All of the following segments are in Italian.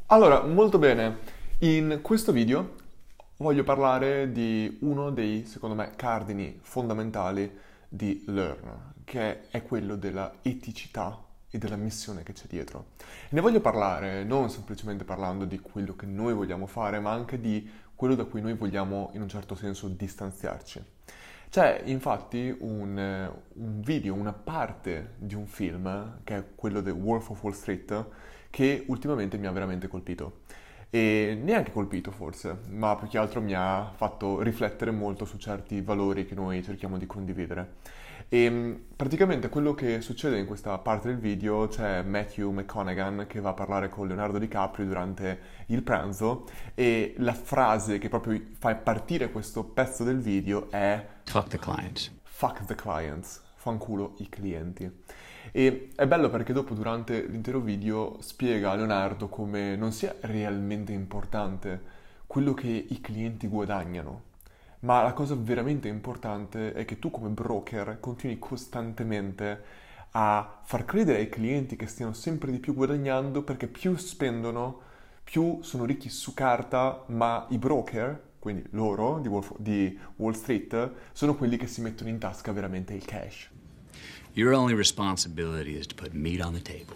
Allora, molto bene. In questo video voglio parlare di uno dei, secondo me, cardini fondamentali di Learn, che è quello della eticità e della missione che c'è dietro. Ne voglio parlare non semplicemente parlando di quello che noi vogliamo fare, ma anche di quello da cui noi vogliamo in un certo senso distanziarci. C'è infatti un video, una parte di un film, che è quello di Wolf of Wall Street, che ultimamente mi ha veramente colpito. E neanche colpito forse, ma più che altro mi ha fatto riflettere molto su certi valori che noi cerchiamo di condividere. E praticamente quello che succede in questa parte del video c'è Matthew McConaughey che va a parlare con Leonardo DiCaprio durante il pranzo e la frase che proprio fa partire questo pezzo del video è Fuck the clients. Fuck the clients, fanculo i clienti. E è bello perché dopo, durante l'intero video, spiega a Leonardo come non sia realmente importante quello che i clienti guadagnano, ma la cosa veramente importante è che tu come broker continui costantemente a far credere ai clienti che stiano sempre di più guadagnando perché più spendono, più sono ricchi su carta, ma i broker, quindi loro di Wall Street, sono quelli che si mettono in tasca veramente il cash. Your only responsibility is to put meat on the table.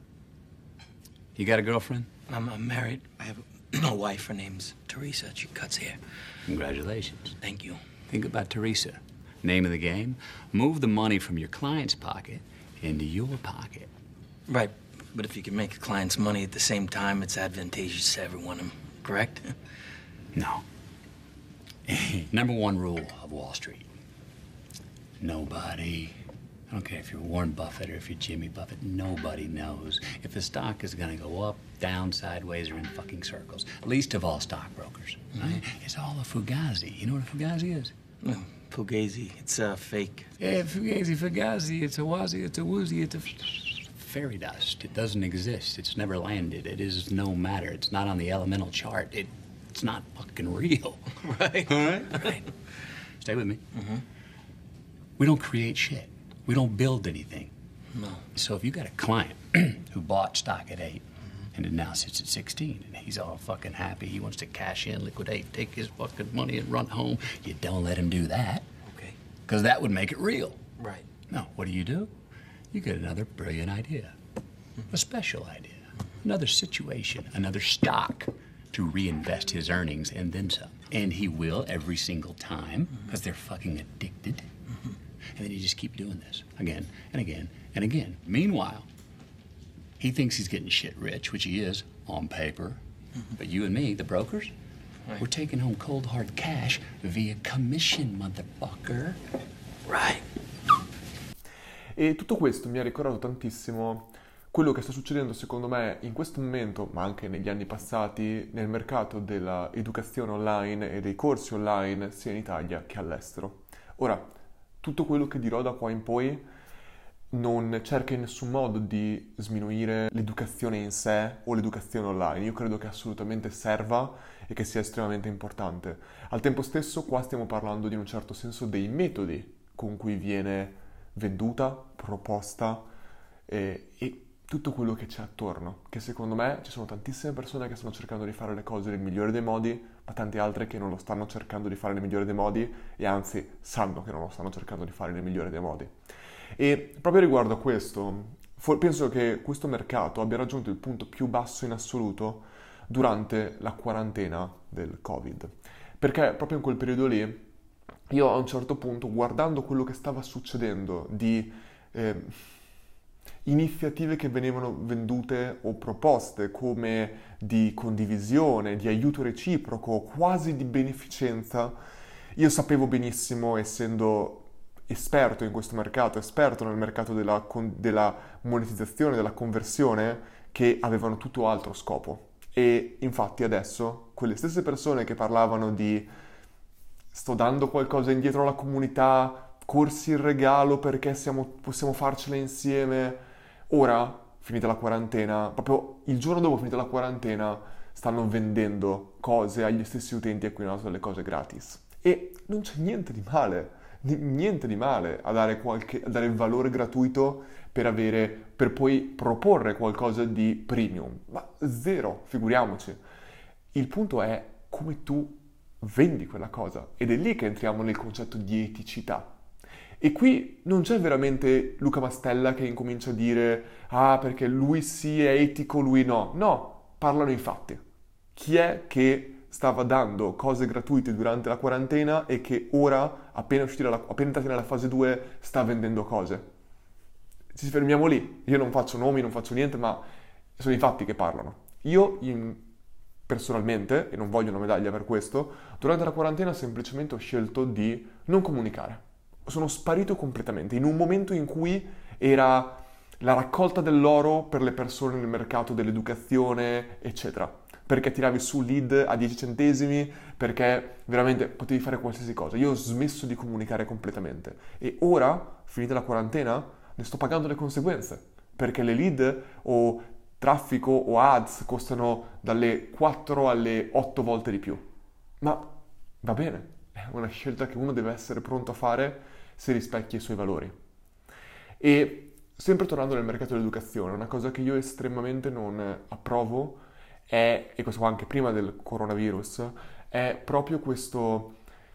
You got a girlfriend? I'm married. I have a wife. Her name's Teresa. She cuts hair. Congratulations. Thank you. Think about Teresa. Name of the game, move the money from your client's pocket into your pocket. Right, but if you can make the clients money at the same time, it's advantageous to everyone, correct? No. Number one rule of Wall Street. Nobody, I don't care if you're Warren Buffett or if you're Jimmy Buffett, nobody knows if the stock is going to go up, down, sideways, or in fucking circles. Least of all stockbrokers. Right? It's all a fugazi. You know what a fugazi is? Well, Fugazi, it's fake. Yeah, fugazi, it's a wazi, it's a woozy, it's a fairy dust. It doesn't exist. It's never landed. It is no matter. It's not on the elemental chart. It's not fucking real. Right. All right? Right. Stay with me. We don't create shit. We don't build anything. No. So if you got a client who bought stock at 8 and it now sits at 16 and he's all fucking happy, he wants to cash in, liquidate, take his fucking money and run home, you don't let him do that. Okay. Because that would make it real. Right. No, what do? You get another brilliant idea, a special idea, another situation, another stock to reinvest his earnings and then some. And he will every single time because they're fucking addicted. And then you just keep doing this again and again and again. Meanwhile, he thinks he's getting shit rich, which he is on paper. But you and me, the brokers, Right. we're taking home cold hard cash via commission, motherfucker. Right. E tutto questo mi ha ricordato tantissimo quello che sta succedendo secondo me in questo momento, ma anche negli anni passati, nel mercato dell'educazione online e dei corsi online sia in Italia che all'estero. Ora, tutto quello che dirò da qua in poi non cerca in nessun modo di sminuire l'educazione in sé o l'educazione online. Io credo che assolutamente serva e che sia estremamente importante. Al tempo stesso qua stiamo parlando di un certo senso dei metodi con cui viene venduta, proposta e tutto quello che c'è attorno, che secondo me ci sono tantissime persone che stanno cercando di fare le cose nel migliore dei modi, ma tante altre che non lo stanno cercando di fare nel migliore dei modi e anzi sanno che non lo stanno cercando di fare nel migliore dei modi. E proprio riguardo a questo, penso che questo mercato abbia raggiunto il punto più basso in assoluto durante la quarantena del Covid, perché proprio in quel periodo lì io a un certo punto, guardando quello che stava succedendo di iniziative che venivano vendute o proposte come di condivisione, di aiuto reciproco, quasi di beneficenza, io sapevo benissimo, essendo esperto in questo mercato, esperto nel mercato della monetizzazione, della conversione, che avevano tutto altro scopo. E infatti adesso quelle stesse persone che parlavano di sto dando qualcosa indietro alla comunità, corsi in regalo perché possiamo farcela insieme. Ora, finita la quarantena, proprio il giorno dopo finita la quarantena, stanno vendendo cose agli stessi utenti a cui hanno dato delle cose gratis. E non c'è niente di male Niente di male a dare valore gratuito per poi proporre qualcosa di premium, ma zero, figuriamoci. Il punto è come tu vendi quella cosa ed è lì che entriamo nel concetto di eticità. E qui non c'è veramente Luca Mastella che incomincia a dire perché lui sì è etico, lui no. No, parlano i fatti. Chi è che stava dando cose gratuite durante la quarantena e che ora, appena entrati nella fase 2, sta vendendo cose? Ci fermiamo lì. Io non faccio nomi, non faccio niente, ma sono i fatti che parlano. Personalmente, e non voglio una medaglia per questo, durante la quarantena semplicemente ho scelto di non comunicare. Sono sparito completamente, in un momento in cui era la raccolta dell'oro per le persone nel mercato dell'educazione, eccetera. Perché tiravi su lead a 10 centesimi, perché veramente potevi fare qualsiasi cosa. Io ho smesso di comunicare completamente. E ora, finita la quarantena, ne sto pagando le conseguenze. Perché le lead o traffico o ads costano dalle 4 alle 8 volte di più. Ma va bene, è una scelta che uno deve essere pronto a fare se rispecchia i suoi valori. E sempre tornando nel mercato dell'educazione, una cosa che io estremamente non approvo è, e questo anche prima del coronavirus, è proprio questo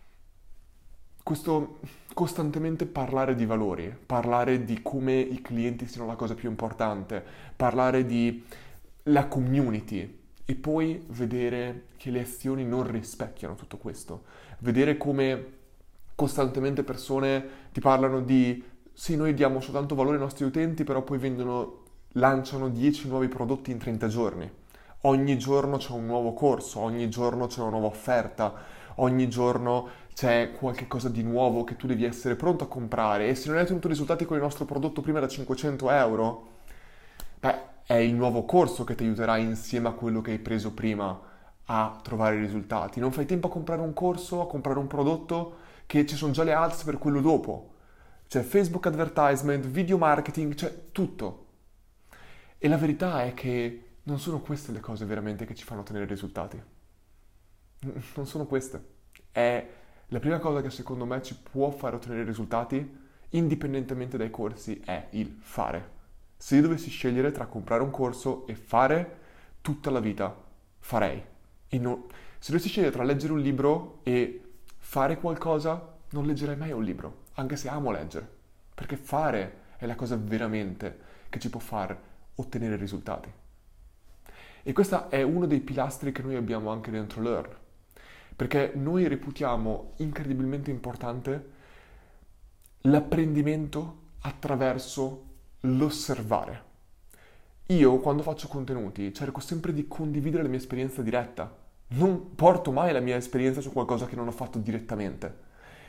costantemente parlare di valori, parlare di come i clienti siano la cosa più importante, parlare di la community e poi vedere che le azioni non rispecchiano tutto questo, vedere come costantemente persone ti parlano di sì, noi diamo soltanto valore ai nostri utenti, però poi lanciano 10 nuovi prodotti in 30 giorni. Ogni giorno c'è un nuovo corso, ogni giorno c'è una nuova offerta, ogni giorno c'è qualche cosa di nuovo che tu devi essere pronto a comprare e se non hai ottenuto risultati con il nostro prodotto prima da 500 euro, è il nuovo corso che ti aiuterà insieme a quello che hai preso prima a trovare i risultati. Non fai tempo a comprare un corso, a comprare un prodotto, che ci sono già le ads per quello dopo. C'è Facebook advertisement, video marketing, c'è tutto. E la verità è che non sono queste le cose veramente che ci fanno ottenere risultati. Non sono queste. È la prima cosa che secondo me ci può fare ottenere risultati, indipendentemente dai corsi, è il fare. Se io dovessi scegliere tra comprare un corso e fare tutta la vita, farei. Se dovessi scegliere tra leggere un libro e fare qualcosa, non leggerei mai un libro, anche se amo leggere, perché fare è la cosa veramente che ci può far ottenere risultati. E questo è uno dei pilastri che noi abbiamo anche dentro Learn, perché noi reputiamo incredibilmente importante l'apprendimento attraverso l'osservare. Io, quando faccio contenuti, cerco sempre di condividere la mia esperienza diretta. Non porto mai la mia esperienza su qualcosa che non ho fatto direttamente.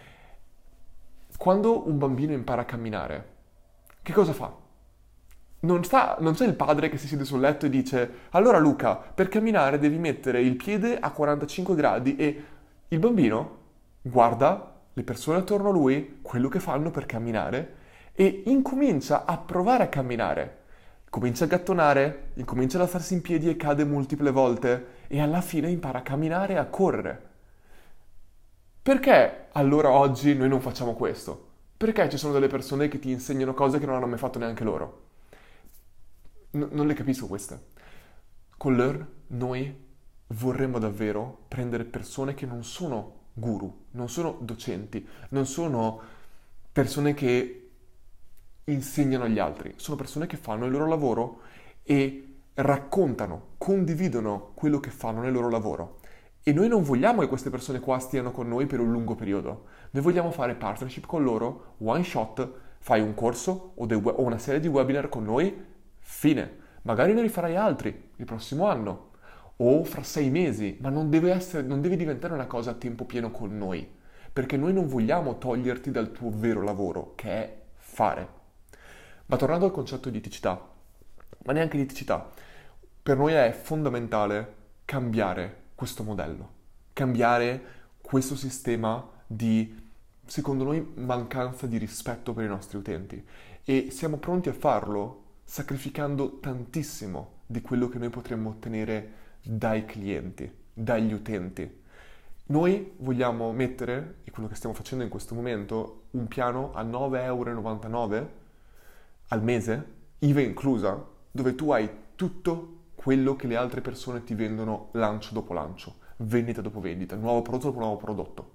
Quando un bambino impara a camminare, che cosa fa? Non c'è il padre che si siede sul letto e dice allora Luca, per camminare devi mettere il piede a 45 gradi e il bambino guarda le persone attorno a lui, quello che fanno per camminare e incomincia a provare a camminare. Comincia a gattonare, incomincia ad alzarsi in piedi e cade multiple volte e alla fine impara a camminare e a correre. Perché allora oggi noi non facciamo questo? Perché ci sono delle persone che ti insegnano cose che non hanno mai fatto neanche loro? Non le capisco queste. Con Learn noi vorremmo davvero prendere persone che non sono guru, non sono docenti, non sono persone che insegnano agli altri, sono persone che fanno il loro lavoro e raccontano, condividono quello che fanno nel loro lavoro. E noi non vogliamo che queste persone qua stiano con noi per un lungo periodo. Noi vogliamo fare partnership con loro, one shot, fai un corso o una serie di webinar con noi, fine. Magari ne rifarai altri il prossimo anno o fra 6 mesi, ma non deve diventare una cosa a tempo pieno con noi, perché noi non vogliamo toglierti dal tuo vero lavoro, che è fare. Ma tornando al concetto di eticità, ma neanche di eticità, per noi è fondamentale cambiare questo modello, cambiare questo sistema di, secondo noi, mancanza di rispetto per i nostri utenti e siamo pronti a farlo sacrificando tantissimo di quello che noi potremmo ottenere dai clienti, dagli utenti. Noi vogliamo mettere, e quello che stiamo facendo in questo momento, un piano a 9,99 € al mese, IVA inclusa, dove tu hai tutto quello che le altre persone ti vendono lancio dopo lancio, vendita dopo vendita, nuovo prodotto dopo nuovo prodotto.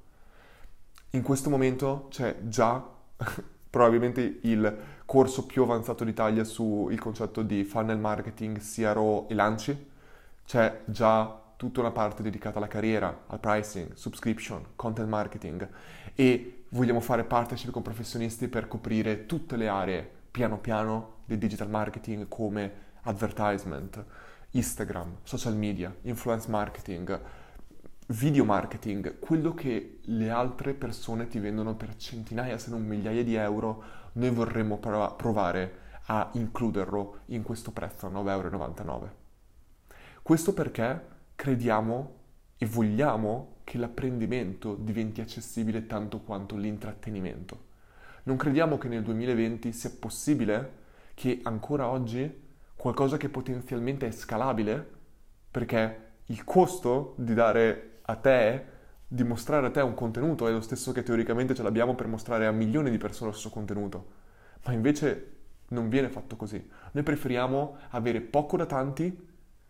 In questo momento c'è già probabilmente il corso più avanzato d'Italia sul concetto di funnel marketing, CRO e lanci. C'è già tutta una parte dedicata alla carriera, al pricing, subscription, content marketing e vogliamo fare partnership con professionisti per coprire tutte le aree piano piano del digital marketing come advertisement, Instagram, social media, influence marketing, video marketing, quello che le altre persone ti vendono per centinaia se non migliaia di euro, noi vorremmo provare a includerlo in questo prezzo a 9,99 €. Questo perché crediamo e vogliamo che l'apprendimento diventi accessibile tanto quanto l'intrattenimento. Non crediamo che nel 2020 sia possibile che ancora oggi qualcosa che potenzialmente è scalabile, perché il costo di dare a te, di mostrare a te un contenuto è lo stesso che teoricamente ce l'abbiamo per mostrare a milioni di persone lo stesso contenuto, ma invece non viene fatto così. Noi preferiamo avere poco da tanti,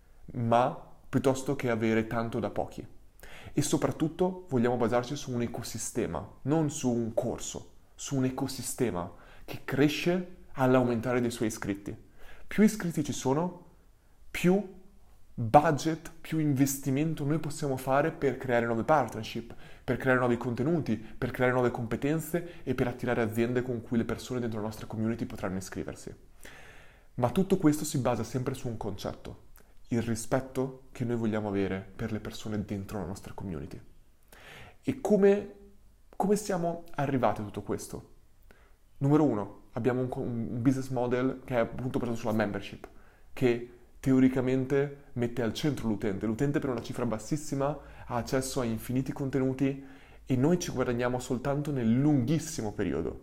ma piuttosto che avere tanto da pochi. E soprattutto vogliamo basarci su un ecosistema, non su un corso, su un ecosistema che cresce all'aumentare dei suoi iscritti. Più iscritti ci sono, più budget, più investimento noi possiamo fare per creare nuove partnership, per creare nuovi contenuti, per creare nuove competenze e per attirare aziende con cui le persone dentro la nostra community potranno iscriversi. Ma tutto questo si basa sempre su un concetto: il rispetto che noi vogliamo avere per le persone dentro la nostra community. E come siamo arrivati a tutto questo? Numero 1, abbiamo un business model che è appunto basato sulla membership, che teoricamente mette al centro l'utente. L'utente per una cifra bassissima ha accesso a infiniti contenuti e noi ci guadagniamo soltanto nel lunghissimo periodo.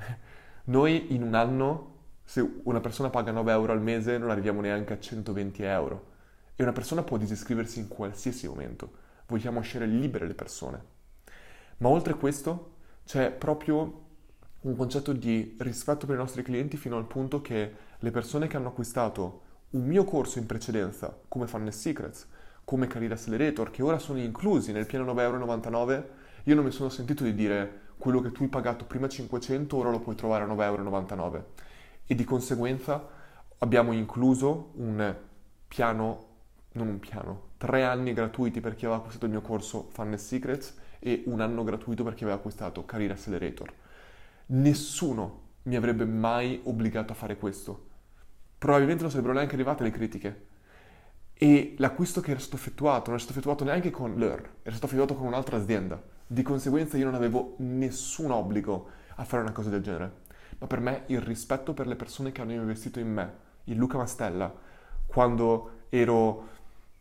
Noi in un anno, se una persona paga 9 euro al mese, non arriviamo neanche a 120 euro. E una persona può disiscriversi in qualsiasi momento. Vogliamo lasciare libere le persone. Ma oltre a questo c'è proprio un concetto di rispetto per i nostri clienti fino al punto che le persone che hanno acquistato un mio corso in precedenza, come Funnel Secrets, come Career Accelerator, che ora sono inclusi nel piano 9,99 €, io non mi sono sentito di dire quello che tu hai pagato prima 500, ora lo puoi trovare a 9,99 €. E di conseguenza abbiamo incluso un piano, non un piano, 3 anni gratuiti per chi aveva acquistato il mio corso Funnel Secrets e 1 anno gratuito per chi aveva acquistato Career Accelerator. Nessuno mi avrebbe mai obbligato a fare questo. Probabilmente non sarebbero neanche arrivate le critiche. E l'acquisto che era stato effettuato non è stato effettuato neanche con Learn, era stato effettuato con un'altra azienda. Di conseguenza io non avevo nessun obbligo a fare una cosa del genere. Ma per me il rispetto per le persone che hanno investito in me, in Luca Mastella, quando ero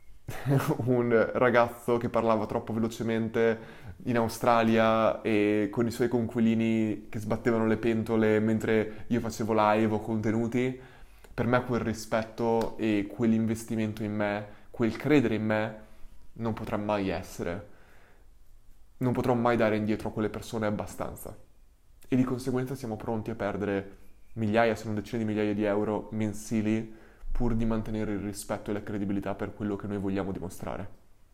un ragazzo che parlava troppo velocemente in Australia e con i suoi conquilini che sbattevano le pentole mentre io facevo live o contenuti, per me quel rispetto e quell'investimento in me, quel credere in me, non potrà mai essere. Non potrò mai dare indietro a quelle persone abbastanza. E di conseguenza siamo pronti a perdere migliaia, se non decine di migliaia di euro mensili pur di mantenere il rispetto e la credibilità per quello che noi vogliamo dimostrare.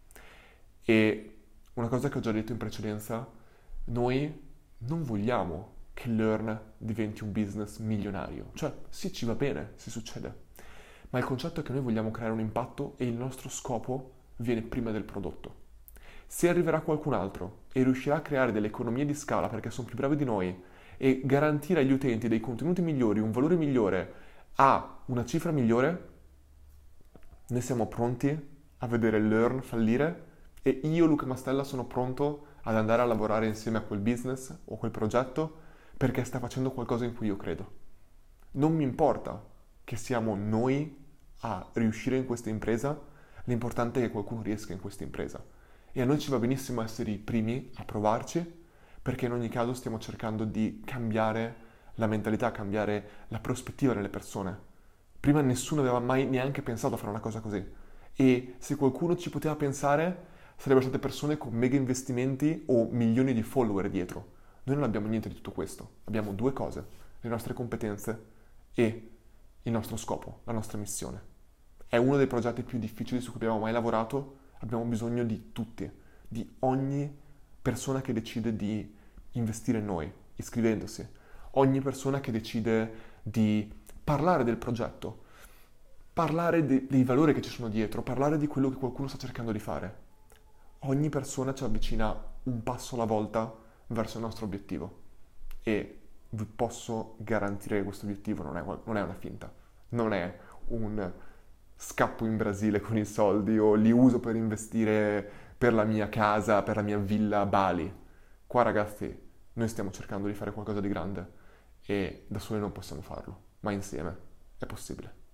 E una cosa che ho già detto in precedenza, noi non vogliamo che Learn diventi un business milionario. Cioè, sì, ci va bene, se succede. Ma il concetto è che noi vogliamo creare un impatto e il nostro scopo viene prima del prodotto. Se arriverà qualcun altro e riuscirà a creare delle economie di scala perché sono più bravi di noi e garantire agli utenti dei contenuti migliori, un valore migliore, a una cifra migliore, noi siamo pronti a vedere Learn fallire e io, Luca Mastella, sono pronto ad andare a lavorare insieme a quel business o quel progetto perché sta facendo qualcosa in cui io credo. Non mi importa che siamo noi a riuscire in questa impresa, l'importante è che qualcuno riesca in questa impresa. E a noi ci va benissimo essere i primi a provarci, perché in ogni caso stiamo cercando di cambiare la mentalità, cambiare la prospettiva delle persone. Prima nessuno aveva mai neanche pensato a fare una cosa così. E se qualcuno ci poteva pensare, sarebbero state persone con mega investimenti o milioni di follower dietro. Noi non abbiamo niente di tutto questo. Abbiamo due cose: le nostre competenze e il nostro scopo, la nostra missione. È uno dei progetti più difficili su cui abbiamo mai lavorato. Abbiamo bisogno di tutti, di ogni persona che decide di investire in noi, iscrivendosi, ogni persona che decide di parlare del progetto, parlare dei valori che ci sono dietro, parlare di quello che qualcuno sta cercando di fare. Ogni persona ci avvicina un passo alla volta verso il nostro obiettivo e vi posso garantire che questo obiettivo non è una finta, non è un scappo in Brasile con i soldi o li uso per investire per la mia casa, per la mia villa a Bali. Qua ragazzi, noi stiamo cercando di fare qualcosa di grande e da soli non possiamo farlo, ma insieme è possibile.